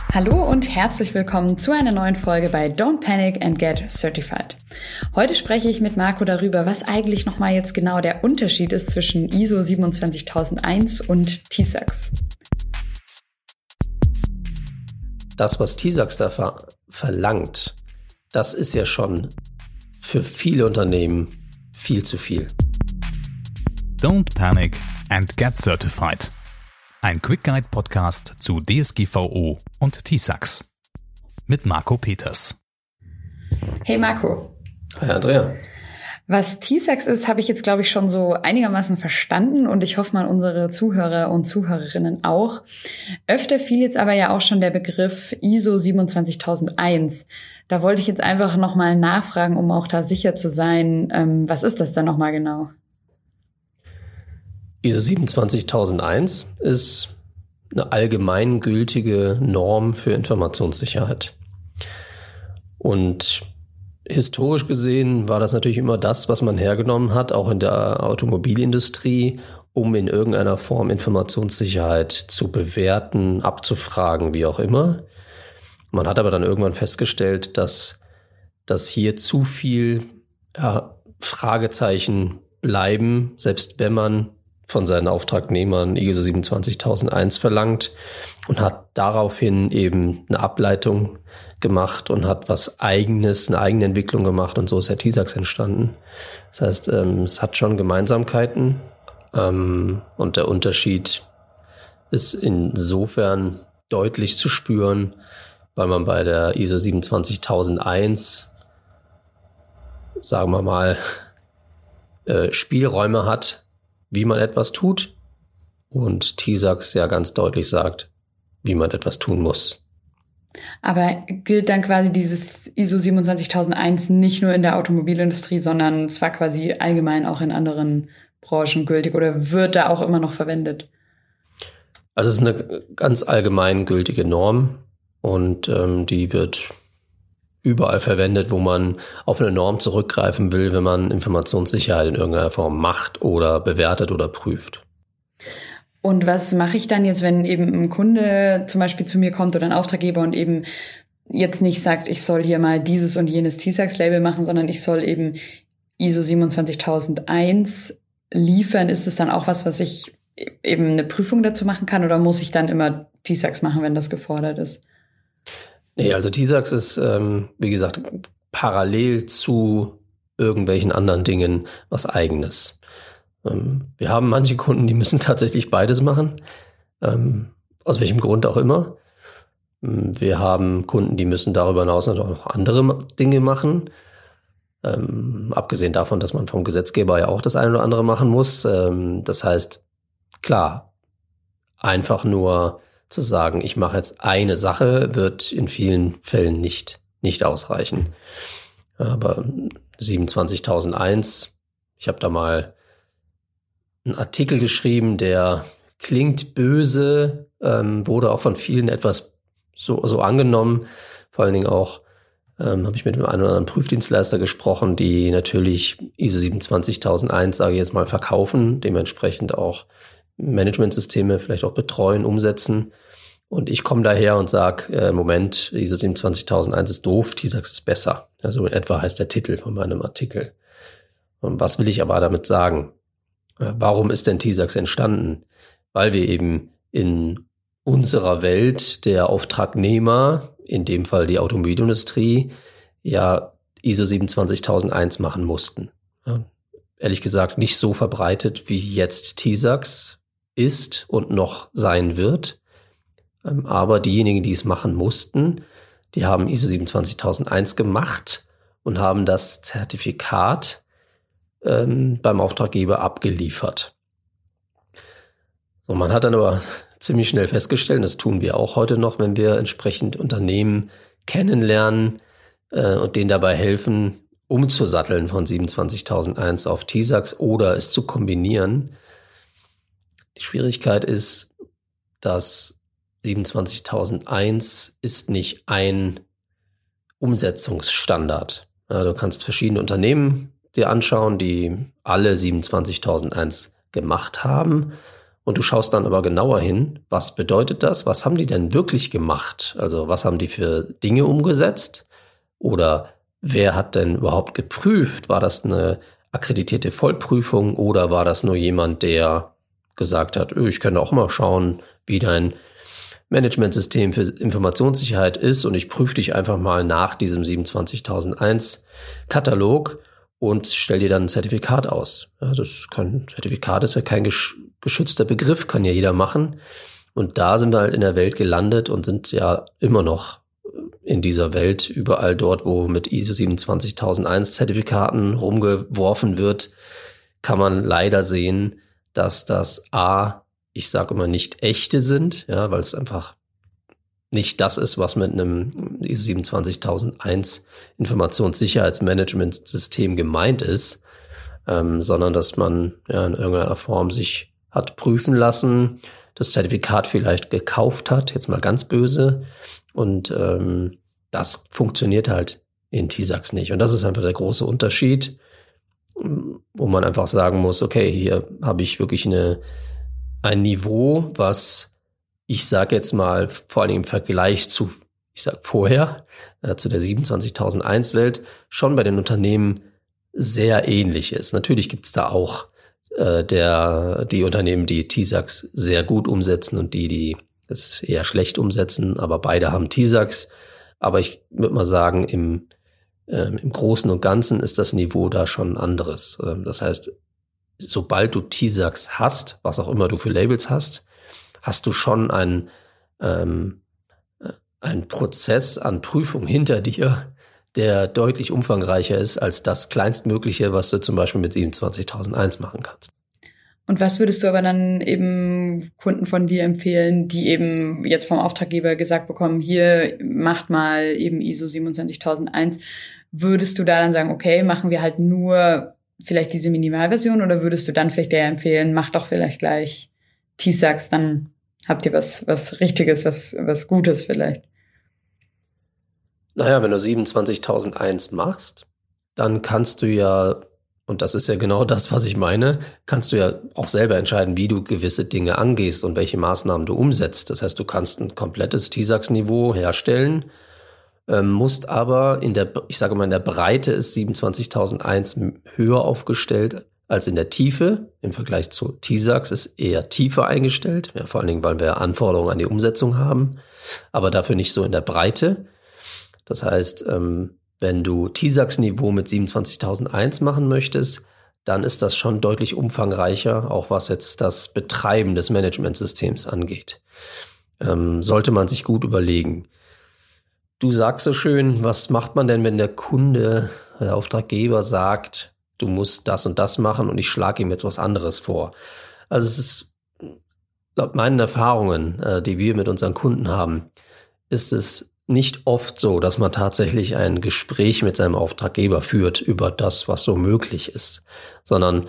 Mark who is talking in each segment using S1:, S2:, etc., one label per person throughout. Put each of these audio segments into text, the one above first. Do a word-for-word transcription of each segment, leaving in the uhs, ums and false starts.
S1: Hallo und herzlich willkommen zu einer neuen Folge bei Don't Panic and Get Certified. Heute spreche ich mit Marco darüber, was eigentlich nochmal jetzt genau der Unterschied ist zwischen I S O siebenundzwanzigtausendeins und T SAX.
S2: Das, was T SAX da ver- verlangt, das ist ja schon für viele Unternehmen viel zu viel.
S3: Don't Panic and Get Certified. Ein Quick Guide Podcast zu D S G V O und T SAX. Mit Marco Peters.
S1: Hey Marco.
S2: Hi Andrea.
S1: Was T SAX ist, habe ich jetzt, glaube ich, schon so einigermaßen verstanden und ich hoffe mal unsere Zuhörer und Zuhörerinnen auch. Öfter fiel jetzt aber ja auch schon der Begriff I S O siebenundzwanzigtausendeins. Da wollte ich jetzt einfach nochmal nachfragen, um auch da sicher zu sein. Ähm, was ist das denn nochmal genau?
S2: I S O siebenundzwanzigtausendeins ist eine allgemeingültige Norm für Informationssicherheit. Und historisch gesehen war das natürlich immer das, was man hergenommen hat, auch in der Automobilindustrie, um in irgendeiner Form Informationssicherheit zu bewerten, abzufragen, wie auch immer. Man hat aber dann irgendwann festgestellt, dass, dass hier zu viel ja, Fragezeichen bleiben, selbst wenn man von seinen Auftragnehmern I S O siebenundzwanzigtausendeins verlangt und hat daraufhin eben eine Ableitung gemacht und hat was Eigenes, eine eigene Entwicklung gemacht und so ist der T SAX entstanden. Das heißt, ähm, es hat schon Gemeinsamkeiten ähm, und der Unterschied ist insofern deutlich zu spüren, weil man bei der I S O siebenundzwanzigtausendeins, sagen wir mal, äh, Spielräume hat, wie man etwas tut und T SAX ja ganz deutlich sagt, wie man etwas tun muss.
S1: Aber gilt dann quasi dieses I S O siebenundzwanzigtausendeins nicht nur in der Automobilindustrie, sondern zwar quasi allgemein auch in anderen Branchen gültig oder wird da auch immer noch verwendet?
S2: Also es ist eine ganz allgemein gültige Norm und ähm, die wird überall verwendet, wo man auf eine Norm zurückgreifen will, wenn man Informationssicherheit in irgendeiner Form macht oder bewertet oder prüft.
S1: Und was mache ich dann jetzt, wenn eben ein Kunde zum Beispiel zu mir kommt oder ein Auftraggeber und eben jetzt nicht sagt, ich soll hier mal dieses und jenes T SAX-Label machen, sondern ich soll eben I S O siebenundzwanzigtausendeins liefern? Ist es dann auch was, was ich eben eine Prüfung dazu machen kann oder muss ich dann immer T SAX machen, wenn das gefordert ist?
S2: Nee, also T SAX ist, ähm, wie gesagt, parallel zu irgendwelchen anderen Dingen was Eigenes. Ähm, wir haben manche Kunden, die müssen tatsächlich beides machen, ähm, aus welchem Grund auch immer. Wir haben Kunden, die müssen darüber hinaus noch andere Dinge machen. Ähm, abgesehen davon, dass man vom Gesetzgeber ja auch das eine oder andere machen muss. Ähm, das heißt, klar, einfach nur zu sagen, ich mache jetzt eine Sache, wird in vielen Fällen nicht, nicht ausreichen. Aber siebenundzwanzigtausendeins, ich habe da mal einen Artikel geschrieben, der klingt böse, ähm, wurde auch von vielen etwas so, so angenommen. Vor allen Dingen auch ähm, habe ich mit einem einen oder anderen Prüfdienstleister gesprochen, die natürlich I S O siebenundzwanzigtausendeins, sage ich jetzt mal, verkaufen, dementsprechend auch Managementsysteme vielleicht auch betreuen, umsetzen. Und ich komme daher und sage, äh, Moment, I S O siebenundzwanzigtausendeins ist doof, T SAX ist besser. Also in etwa heißt der Titel von meinem Artikel. Und was will ich aber damit sagen? Äh, warum ist denn T SAX entstanden? Weil wir eben in unserer Welt der Auftragnehmer, in dem Fall die Automobilindustrie, ja I S O siebenundzwanzigtausendeins machen mussten. Ja, ehrlich gesagt nicht so verbreitet, wie jetzt T SAX ist und noch sein wird. Aber diejenigen, die es machen mussten, die haben I S O siebenundzwanzigtausendeins gemacht und haben das Zertifikat ähm, beim Auftraggeber abgeliefert. So, man hat dann aber ziemlich schnell festgestellt, das tun wir auch heute noch, wenn wir entsprechend Unternehmen kennenlernen äh, und denen dabei helfen, umzusatteln von siebenundzwanzigtausendeins auf T SAX oder es zu kombinieren. Die Schwierigkeit ist, dass siebenundzwanzigtausendeins ist nicht ein Umsetzungsstandard. Ja, du kannst verschiedene Unternehmen dir anschauen, die alle siebenundzwanzigtausendeins gemacht haben Und du schaust dann aber genauer hin, was bedeutet das? Was haben die denn wirklich gemacht? Also was haben die für Dinge umgesetzt? Oder wer hat denn überhaupt geprüft? War das eine akkreditierte Vollprüfung oder war das nur jemand, der gesagt hat, ich kann auch mal schauen, wie dein Managementsystem für Informationssicherheit ist und ich prüfe dich einfach mal nach diesem siebenundzwanzigtausendeins Katalog und stell dir dann ein Zertifikat aus. Ja, das kann, Zertifikat ist ja kein gesch- geschützter Begriff, kann ja jeder machen. Und da sind wir halt in der Welt gelandet und sind ja immer noch in dieser Welt überall dort, wo mit I S O siebenundzwanzigtausendeins Zertifikaten rumgeworfen wird, kann man leider sehen, dass das A, ich sage immer nicht echte sind, ja, weil es einfach nicht das ist, was mit einem I S O siebenundzwanzigtausendeins Informationssicherheitsmanagementsystem gemeint ist, ähm, sondern dass man ja in irgendeiner Form sich hat prüfen lassen, das Zertifikat vielleicht gekauft hat, jetzt mal ganz böse, und ähm, das funktioniert halt in T SACS nicht. Und das ist einfach der große Unterschied, wo man einfach sagen muss, okay, hier habe ich wirklich eine ein Niveau, was ich sage jetzt mal vor allem im Vergleich zu, ich sag vorher, äh, zu der siebenundzwanzigtausendeins Welt schon bei den Unternehmen sehr ähnlich ist. Natürlich gibt es da auch äh, der die Unternehmen, die T SACS sehr gut umsetzen und die, die es eher schlecht umsetzen, aber beide haben T SACS. Aber ich würde mal sagen, im, ähm, im Großen und Ganzen ist das Niveau da schon anderes. Ähm, das heißt, sobald du T SACS hast, was auch immer du für Labels hast, hast du schon einen, ähm, einen Prozess an Prüfung hinter dir, der deutlich umfangreicher ist als das Kleinstmögliche, was du zum Beispiel mit siebenundzwanzigtausendeins machen kannst.
S1: Und was würdest du aber dann eben Kunden von dir empfehlen, die eben jetzt vom Auftraggeber gesagt bekommen, hier macht mal eben I S O siebenundzwanzigtausendeins. Würdest du da dann sagen, okay, machen wir halt nur vielleicht diese Minimalversion oder würdest du dann vielleicht eher empfehlen, mach doch vielleicht gleich T SACS, dann habt ihr was, was Richtiges, was, was Gutes vielleicht?
S2: Naja, wenn du siebenundzwanzigtausendeins machst, dann kannst du ja, und das ist ja genau das, was ich meine, kannst du ja auch selber entscheiden, wie du gewisse Dinge angehst und welche Maßnahmen du umsetzt. Das heißt, du kannst ein komplettes T SACS-Niveau herstellen, ähm, musst aber in der, ich sage mal, in der Breite ist siebenundzwanzigtausendeins höher aufgestellt als in der Tiefe. Im Vergleich zu T SACS ist eher tiefer eingestellt, ja, vor allen Dingen, weil wir Anforderungen an die Umsetzung haben, aber dafür nicht so in der Breite. Das heißt, ähm, wenn du T SACS-Niveau mit siebenundzwanzigtausendeins machen möchtest, dann ist das schon deutlich umfangreicher, auch was jetzt das Betreiben des Managementsystems angeht. Ähm, sollte man sich gut überlegen. Du sagst so schön, was macht man denn, wenn der Kunde, der Auftraggeber sagt, du musst das und das machen und ich schlage ihm jetzt was anderes vor. Also es ist, laut meinen Erfahrungen, äh, die wir mit unseren Kunden haben, ist es nicht oft so, dass man tatsächlich ein Gespräch mit seinem Auftraggeber führt über das, was so möglich ist, sondern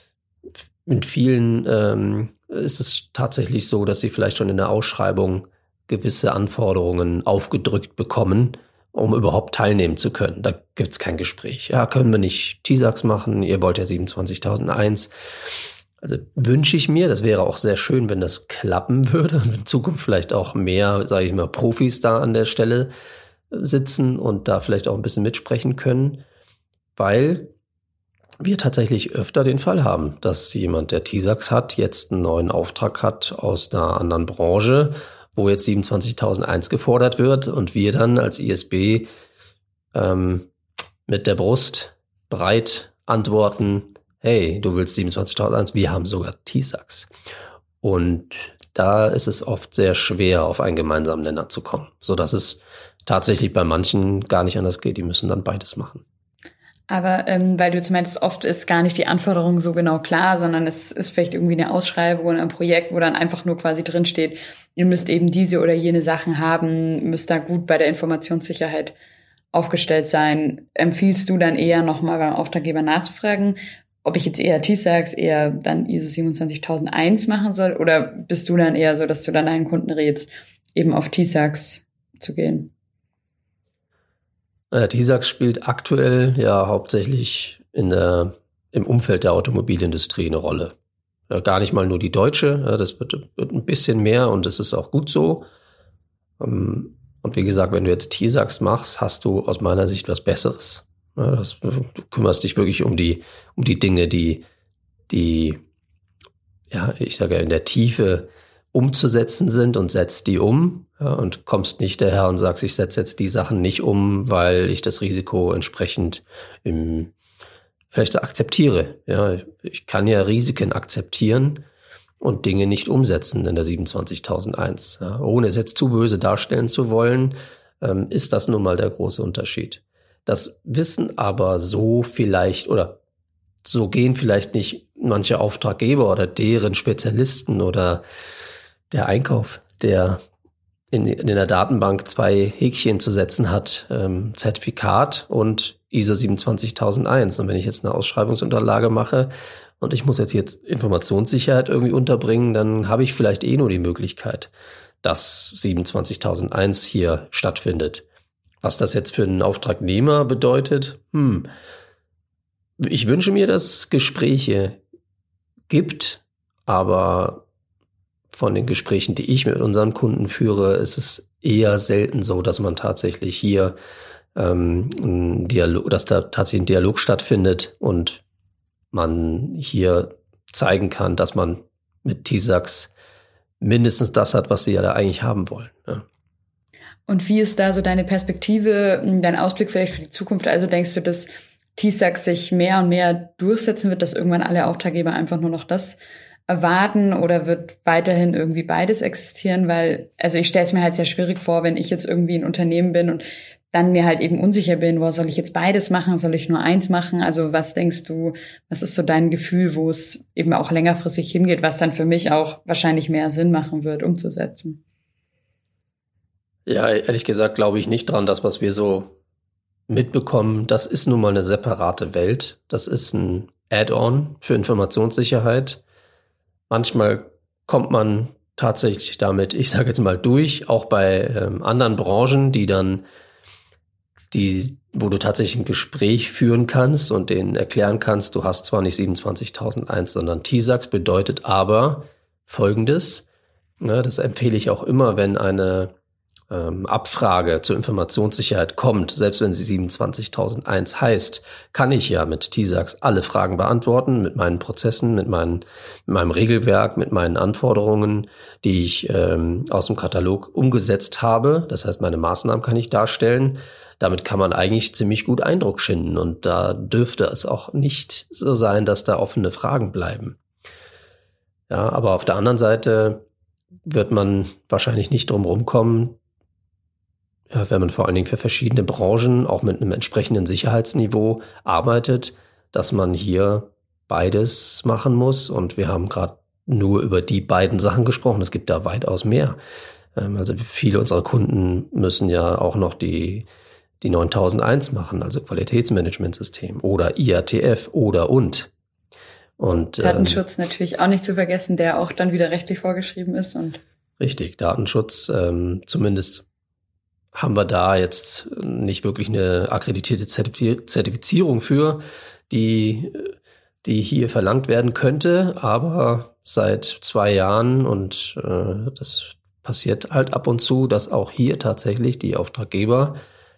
S2: mit vielen ähm, ist es tatsächlich so, dass sie vielleicht schon in der Ausschreibung gewisse Anforderungen aufgedrückt bekommen, um überhaupt teilnehmen zu können. Da gibt's kein Gespräch. Ja, können wir nicht T SACS machen? Ihr wollt ja siebenundzwanzigtausendeins. Also wünsche ich mir, das wäre auch sehr schön, wenn das klappen würde und in Zukunft vielleicht auch mehr, sage ich mal, Profis da an der Stelle sitzen und da vielleicht auch ein bisschen mitsprechen können, weil wir tatsächlich öfter den Fall haben, dass jemand, der T SACS hat, jetzt einen neuen Auftrag hat aus einer anderen Branche, wo jetzt siebenundzwanzigtausendeins gefordert wird und wir dann als I S B ähm, mit der Brust breit antworten, hey, du willst siebenundzwanzigtausendeins, wir haben sogar T SACS. Und da ist es oft sehr schwer, auf einen gemeinsamen Nenner zu kommen, sodass es tatsächlich bei manchen gar nicht anders geht. Die müssen dann beides machen.
S1: Aber ähm, weil du jetzt meinst, oft ist gar nicht die Anforderung so genau klar, sondern es ist vielleicht irgendwie eine Ausschreibung oder ein Projekt, wo dann einfach nur quasi drin steht, ihr müsst eben diese oder jene Sachen haben, müsst da gut bei der Informationssicherheit aufgestellt sein. Empfiehlst du dann eher nochmal beim Auftraggeber nachzufragen, ob ich jetzt eher T SACS, eher dann I S O siebenundzwanzigtausendeins machen soll? Oder bist du dann eher so, dass du dann einen Kunden rätst, eben auf T SACS zu gehen?
S2: Äh, T SACS spielt aktuell ja hauptsächlich in der, im Umfeld der Automobilindustrie eine Rolle. Gar nicht mal nur die deutsche, das wird, wird ein bisschen mehr und das ist auch gut so. Und wie gesagt, wenn du jetzt T-Sachs machst, hast du aus meiner Sicht was Besseres. Das, du kümmerst dich wirklich um die, um die Dinge, die, die, ja, ich sage ja, in der Tiefe umzusetzen sind und setzt die um, ja, und kommst nicht daher und sagst, ich setze jetzt die Sachen nicht um, weil ich das Risiko entsprechend im vielleicht akzeptiere. Ja, ich kann ja Risiken akzeptieren und Dinge nicht umsetzen in der siebenundzwanzigtausendeins. Ja, ohne es jetzt zu böse darstellen zu wollen, ähm, ist das nun mal der große Unterschied. Das wissen aber so vielleicht oder so gehen vielleicht nicht manche Auftraggeber oder deren Spezialisten oder der Einkauf, der in, in der Datenbank zwei Häkchen zu setzen hat, ähm, Zertifikat und I S O siebenundzwanzigtausendeins. Und wenn ich jetzt eine Ausschreibungsunterlage mache und ich muss jetzt jetzt Informationssicherheit irgendwie unterbringen, dann habe ich vielleicht eh nur die Möglichkeit, dass siebenundzwanzigtausendeins hier stattfindet. Was das jetzt für einen Auftragnehmer bedeutet, hm, ich wünsche mir, dass es Gespräche gibt, aber von den Gesprächen, die ich mit unseren Kunden führe, ist es eher selten so, dass man tatsächlich hier ähm, ein Dialog, dass da tatsächlich ein Dialog stattfindet und man hier zeigen kann, dass man mit T-Sachs mindestens das hat, was sie ja da eigentlich haben wollen. Ja.
S1: Und wie ist da so deine Perspektive, dein Ausblick vielleicht für die Zukunft? Also denkst du, dass T-Sachs sich mehr und mehr durchsetzen wird, dass irgendwann alle Auftraggeber einfach nur noch das erwarten, oder wird weiterhin irgendwie beides existieren? Weil, also ich stelle es mir halt sehr schwierig vor, wenn ich jetzt irgendwie ein Unternehmen bin und dann mir halt eben unsicher bin, wo soll ich jetzt beides machen, soll ich nur eins machen? Also was denkst du, was ist so dein Gefühl, wo es eben auch längerfristig hingeht, was dann für mich auch wahrscheinlich mehr Sinn machen wird, umzusetzen?
S2: Ja, ehrlich gesagt glaube ich nicht dran, das, was wir so mitbekommen, das ist nun mal eine separate Welt. Das ist ein Add-on für Informationssicherheit. Manchmal kommt man tatsächlich damit, ich sage jetzt mal, durch, auch bei ähm, anderen Branchen, die dann, die, wo du tatsächlich ein Gespräch führen kannst und denen erklären kannst, du hast zwar nicht siebenundzwanzigtausendeins, sondern T-Sachs bedeutet aber Folgendes, ne, das empfehle ich auch immer, wenn eine ähm, Abfrage zur Informationssicherheit kommt, selbst wenn sie siebenundzwanzigtausendeins heißt, kann ich ja mit T-Sachs alle Fragen beantworten, mit meinen Prozessen, mit, meinen, mit meinem Regelwerk, mit meinen Anforderungen, die ich ähm, aus dem Katalog umgesetzt habe. Das heißt, meine Maßnahmen kann ich darstellen. Damit kann man eigentlich ziemlich gut Eindruck schinden und da dürfte es auch nicht so sein, dass da offene Fragen bleiben. Ja, aber auf der anderen Seite wird man wahrscheinlich nicht drum rumkommen, ja, wenn man vor allen Dingen für verschiedene Branchen auch mit einem entsprechenden Sicherheitsniveau arbeitet, dass man hier beides machen muss. Und wir haben gerade nur über die beiden Sachen gesprochen. Es gibt da weitaus mehr. Also viele unserer Kunden müssen ja auch noch die, die neuntausendeins machen, also Qualitätsmanagementsystem oder I A T F oder und. Und
S1: Datenschutz
S2: ähm,
S1: natürlich auch nicht zu vergessen, der auch dann wieder rechtlich vorgeschrieben ist. Und
S2: richtig, Datenschutz, ähm, zumindest haben wir da jetzt nicht wirklich eine akkreditierte Zertifizierung für, die, die hier verlangt werden könnte, aber seit zwei Jahren und äh, das passiert halt ab und zu, dass auch hier tatsächlich die Auftraggeber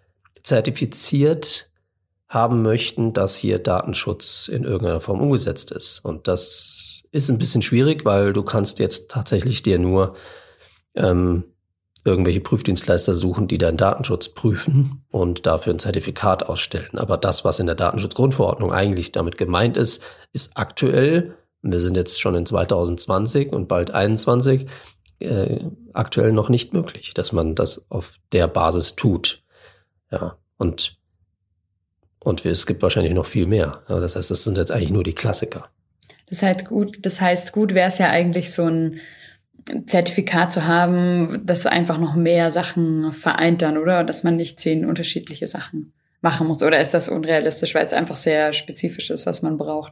S2: zertifiziert haben möchten, dass hier Datenschutz in irgendeiner Form umgesetzt ist. Und das ist ein bisschen schwierig, weil du kannst jetzt tatsächlich dir nur ähm, irgendwelche Prüfdienstleister suchen, die deinen Datenschutz prüfen und dafür ein Zertifikat ausstellen. Aber das, was in der Datenschutzgrundverordnung eigentlich damit gemeint ist, ist aktuell, wir sind jetzt schon in zweitausendzwanzig und bald einundzwanzig, äh, aktuell noch nicht möglich, dass man das auf der Basis tut. Ja, und Und es gibt wahrscheinlich noch viel mehr. Ja, das heißt, das sind jetzt eigentlich nur die Klassiker.
S1: Das heißt, gut, das heißt, gut wäre es ja eigentlich, so ein Zertifikat zu haben, das einfach noch mehr Sachen vereint dann, oder? Dass man nicht zehn unterschiedliche Sachen machen muss. Oder ist das unrealistisch, weil es einfach sehr spezifisch ist, was man braucht?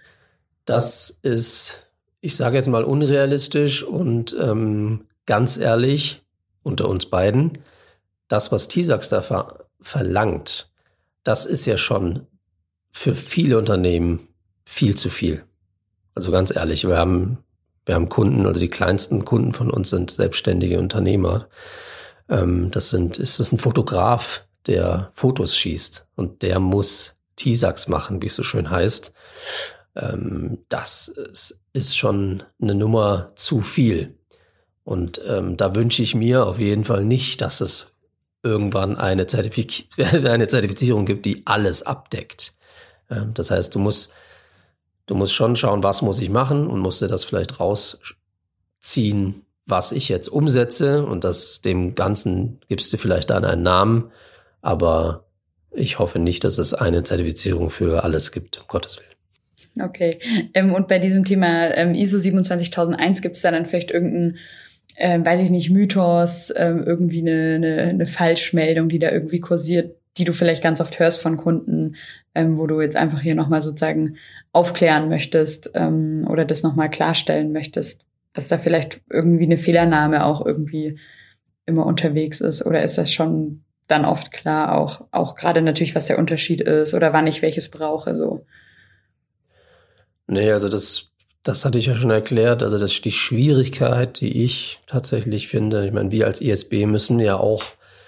S2: Das ist, ich sage jetzt mal, unrealistisch und ähm, ganz ehrlich, unter uns beiden, das, was T-Sachs da ver- verlangt, das ist ja schon für viele Unternehmen viel zu viel. Also ganz ehrlich, wir haben, wir haben Kunden, also die kleinsten Kunden von uns sind selbstständige Unternehmer. Ähm, das sind, ist das ein Fotograf, der Fotos schießt und der muss T SAX machen, wie es so schön heißt. Ähm, das ist, ist schon eine Nummer zu viel. Und ähm, da wünsche ich mir auf jeden Fall nicht, dass es irgendwann eine, Zertifik- eine Zertifizierung gibt, die alles abdeckt. Ähm, das heißt, du musst, du musst schon schauen, was muss ich machen und musst dir das vielleicht rausziehen, was ich jetzt umsetze. Und das, dem Ganzen gibst du vielleicht dann einen Namen. Aber ich hoffe nicht, dass es eine Zertifizierung für alles gibt, um Gottes Willen.
S1: Okay. Ähm, und bei diesem Thema ähm, I S O siebenundzwanzigtausendeins gibt es da dann vielleicht irgendeinen, ähm, weiß ich nicht, Mythos, ähm, irgendwie eine, eine, eine Falschmeldung, die da irgendwie kursiert, die du vielleicht ganz oft hörst von Kunden, ähm, wo du jetzt einfach hier nochmal sozusagen aufklären möchtest ähm, oder das nochmal klarstellen möchtest, dass da vielleicht irgendwie eine Fehlernahme auch irgendwie immer unterwegs ist? Oder ist das schon dann oft klar, auch, auch gerade natürlich, was der Unterschied ist oder wann ich welches brauche, so?
S2: Nee, also das, das hatte ich ja schon erklärt. Also das ist die Schwierigkeit, die ich tatsächlich finde. Ich meine, wir als I S B müssen ja auch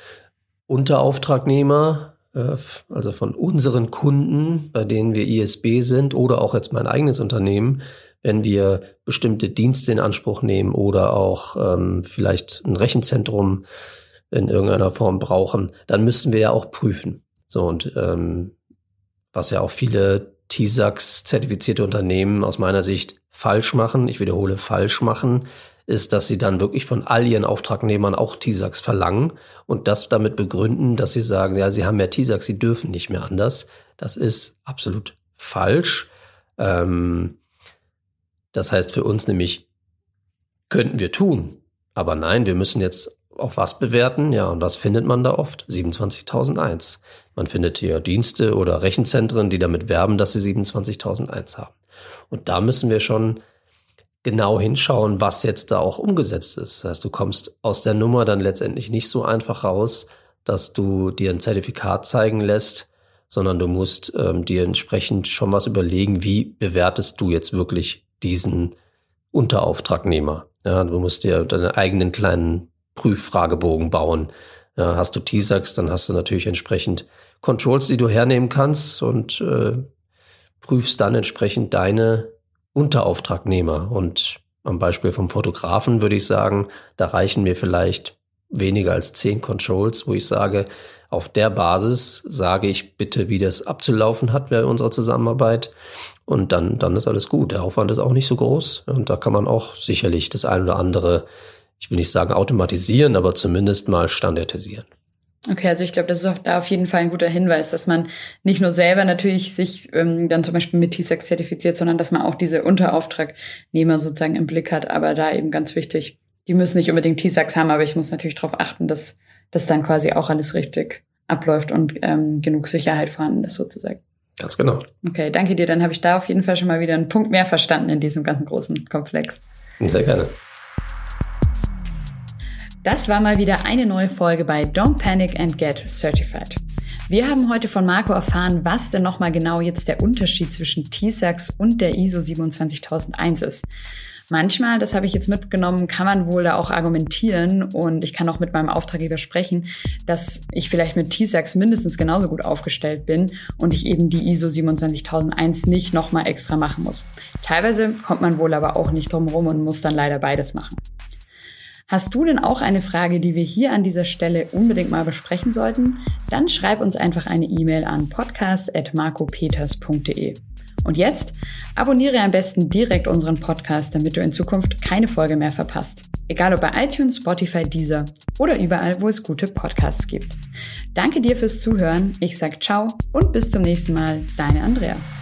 S2: Unterauftragnehmer, äh, also von unseren Kunden, bei denen wir I S B sind oder auch jetzt mein eigenes Unternehmen, wenn wir bestimmte Dienste in Anspruch nehmen oder auch ähm, vielleicht ein Rechenzentrum in irgendeiner Form brauchen, dann müssen wir ja auch prüfen. So, und ähm, was ja auch viele T SAX-zertifizierte Unternehmen aus meiner Sicht falsch machen, ich wiederhole, falsch machen, ist, dass sie dann wirklich von all ihren Auftragnehmern auch T SAX verlangen und das damit begründen, dass sie sagen, ja, sie haben ja T SAX, sie dürfen nicht mehr anders. Das ist absolut falsch. Ähm, das heißt für uns nämlich, könnten wir tun, aber nein, wir müssen jetzt auf was bewerten? Ja, und was findet man da oft? siebenundzwanzigtausendeins. Man findet hier Dienste oder Rechenzentren, die damit werben, dass sie siebenundzwanzigtausendeins haben. Und da müssen wir schon genau hinschauen, was jetzt da auch umgesetzt ist. Das heißt, du kommst aus der Nummer dann letztendlich nicht so einfach raus, dass du dir ein Zertifikat zeigen lässt, sondern du musst ähm, dir entsprechend schon was überlegen, wie bewertest du jetzt wirklich diesen Unterauftragnehmer. Ja, du musst dir deine eigenen kleinen Prüffragebogen bauen. Ja, hast du T SAX, dann hast du natürlich entsprechend Controls, die du hernehmen kannst und äh, prüfst dann entsprechend deine Unterauftragnehmer. Und am Beispiel vom Fotografen würde ich sagen, da reichen mir vielleicht weniger als zehn Controls, wo ich sage, auf der Basis sage ich bitte, wie das abzulaufen hat bei unserer Zusammenarbeit. Und dann, dann ist alles gut. Der Aufwand ist auch nicht so groß. Und da kann man auch sicherlich das ein oder andere, ich will nicht sagen automatisieren, aber zumindest mal standardisieren.
S1: Okay, also ich glaube, das ist auch da auf jeden Fall ein guter Hinweis, dass man nicht nur selber natürlich sich ähm, dann zum Beispiel mit T SAX zertifiziert, sondern dass man auch diese Unterauftragnehmer sozusagen im Blick hat. Aber da eben ganz wichtig, die müssen nicht unbedingt T SAX haben, aber ich muss natürlich darauf achten, dass das dann quasi auch alles richtig abläuft und ähm, genug Sicherheit vorhanden ist sozusagen.
S2: Ganz genau.
S1: Okay, danke dir. Dann habe ich da auf jeden Fall schon mal wieder einen Punkt mehr verstanden in diesem ganzen großen Komplex.
S2: Sehr gerne.
S1: Das war mal wieder eine neue Folge bei Don't Panic and Get Certified. Wir haben heute von Marco erfahren, was denn nochmal genau jetzt der Unterschied zwischen T SAX und der I S O siebenundzwanzigtausendeins ist. Manchmal, das habe ich jetzt mitgenommen, kann man wohl da auch argumentieren und ich kann auch mit meinem Auftraggeber sprechen, dass ich vielleicht mit T SAX mindestens genauso gut aufgestellt bin und ich eben die I S O siebenundzwanzigtausendeins nicht nochmal extra machen muss. Teilweise kommt man wohl aber auch nicht drum rum und muss dann leider beides machen. Hast du denn auch eine Frage, die wir hier an dieser Stelle unbedingt mal besprechen sollten? Dann schreib uns einfach eine E-Mail an podcast at marcopeters punkt de. Und jetzt abonniere am besten direkt unseren Podcast, damit du in Zukunft keine Folge mehr verpasst. Egal ob bei iTunes, Spotify, Deezer oder überall, wo es gute Podcasts gibt. Danke dir fürs Zuhören. Ich sag ciao und bis zum nächsten Mal. Deine Andrea.